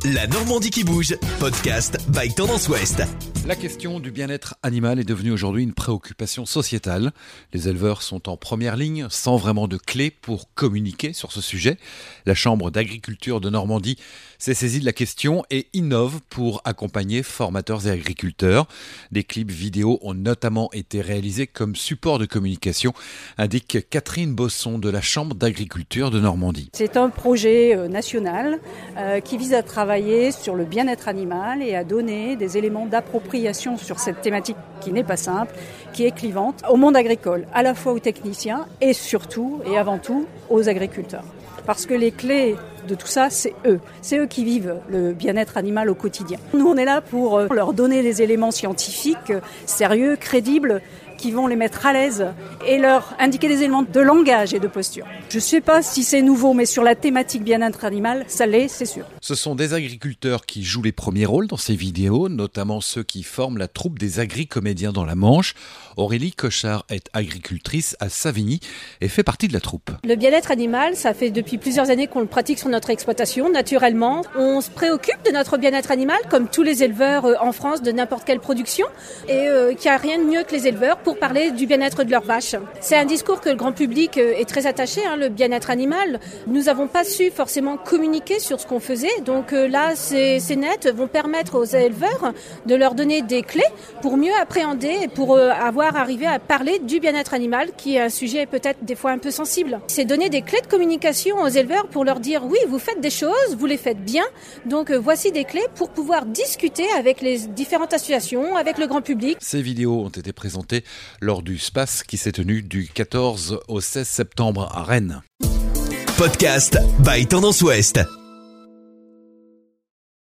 La Normandie qui bouge, podcast by Tendance Ouest. La question du bien-être animal est devenue aujourd'hui une préoccupation sociétale. Les éleveurs sont en première ligne, sans vraiment de clé pour communiquer sur ce sujet. La Chambre d'agriculture de Normandie s'est saisie de la question et innove pour accompagner formateurs et agriculteurs. Des clips vidéo ont notamment été réalisés comme support de communication, indique Catherine Bosson de la Chambre d'agriculture de Normandie. C'est un projet national qui vise à travailler sur le bien-être animal et à donner des éléments d'appropriation sur cette thématique qui n'est pas simple, qui est clivante, au monde agricole, à la fois aux techniciens et surtout et avant tout aux agriculteurs. Parce que les clés de tout ça, c'est eux. C'est eux qui vivent le bien-être animal au quotidien. Nous, on est là pour leur donner des éléments scientifiques sérieux, crédibles, qui vont les mettre à l'aise et leur indiquer des éléments de langage et de posture. Je ne sais pas si c'est nouveau, mais sur la thématique bien-être animal, ça l'est, c'est sûr. Ce sont des agriculteurs qui jouent les premiers rôles dans ces vidéos, notamment ceux qui forment la troupe des agri-comédiens dans la Manche. Aurélie Cochard est agricultrice à Savigny et fait partie de la troupe. Le bien-être animal, ça fait depuis plusieurs années qu'on le pratique sur notre exploitation, naturellement. On se préoccupe de notre bien-être animal, comme tous les éleveurs en France de n'importe quelle production, et qu'il n'y a rien de mieux que les éleveurs pour parler du bien-être de leurs vaches. C'est un discours que le grand public est très attaché, le bien-être animal. Nous n'avons pas su forcément communiquer sur ce qu'on faisait, donc là, ces net vont permettre aux éleveurs de leur donner des clés pour mieux appréhender et pour arriver à parler du bien-être animal, qui est un sujet peut-être des fois un peu sensible. C'est donner des clés de communication aux éleveurs pour leur dire oui, vous faites des choses, vous les faites bien, donc voici des clés pour pouvoir discuter avec les différentes associations, avec le grand public. Ces vidéos ont été présentées lors du SPACE qui s'est tenu du 14 au 16 septembre à Rennes. Podcast by Tendance Ouest.